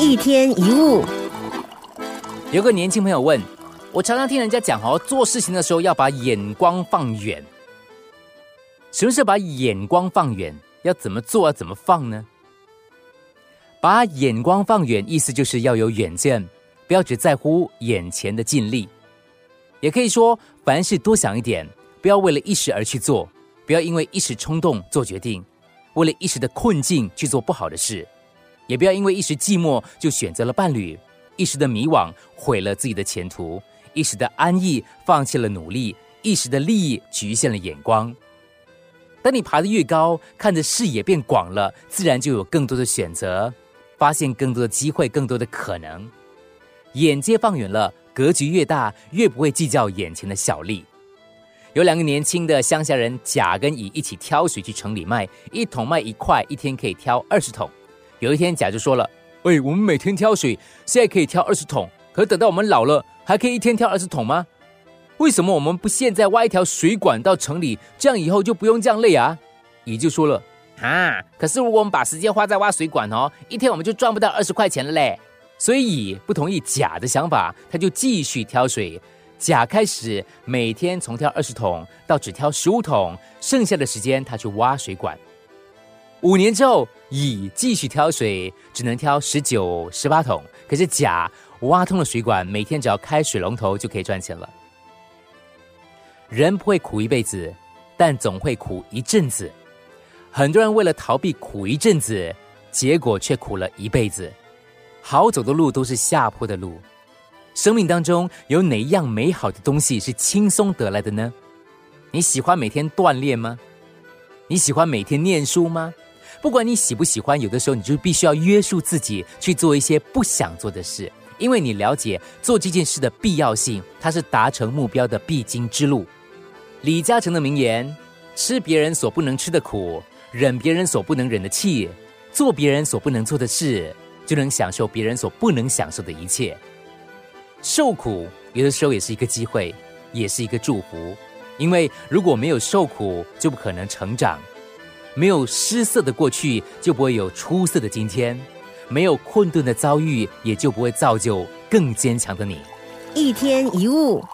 一天一物。 有个年轻朋友问我，常常听人家讲做事情的时候要把眼光放远。什么是把眼光放远？要怎么做？要怎么放呢？把眼光放远，意思就是要有远见，不要只在乎眼前的尽力。也可以说，凡事多想一点，不要为了一时而去做，不要因为一时冲动做决定，为了一时的困境去做不好的事，也不要因为一时寂寞就选择了伴侣，一时的迷惘毁了自己的前途，一时的安逸放弃了努力，一时的利益局限了眼光。当你爬得越高，看着视野变广了，自然就有更多的选择，发现更多的机会，更多的可能。眼界放远了，格局越大，越不会计较眼前的小利。有两个年轻的乡下人甲跟乙一起挑水去城里卖，一桶卖1块，一天可以挑20桶。有一天甲就说了，喂，我们每天挑水，现在可以挑20桶，可是等到我们老了，还可以一天挑20桶吗？为什么我们不现在挖一条水管到城里，这样以后就不用这样累啊？乙就说了，可是如果我们把时间花在挖水管一天我们就赚不到20块钱了嘞。所以乙不同意甲的想法，他就继续挑水。甲开始每天从挑20桶到只挑15桶，剩下的时间他去挖水管。5年之后，乙继续挑水，只能挑19、18桶，可是甲挖通了水管，每天只要开水龙头就可以赚钱了。人不会苦一辈子，但总会苦一阵子。很多人为了逃避苦一阵子，结果却苦了一辈子。好走的路都是下坡的路。生命当中有哪一样美好的东西是轻松得来的呢？你喜欢每天锻炼吗？你喜欢每天念书吗？不管你喜不喜欢，有的时候你就必须要约束自己去做一些不想做的事，因为你了解做这件事的必要性，它是达成目标的必经之路。李嘉诚的名言，吃别人所不能吃的苦，忍别人所不能忍的气，做别人所不能做的事，就能享受别人所不能享受的一切。受苦有的时候也是一个机会，也是一个祝福，因为如果没有受苦，就不可能成长；没有失色的过去，就不会有出色的今天；没有困顿的遭遇，也就不会造就更坚强的你。 一天一物。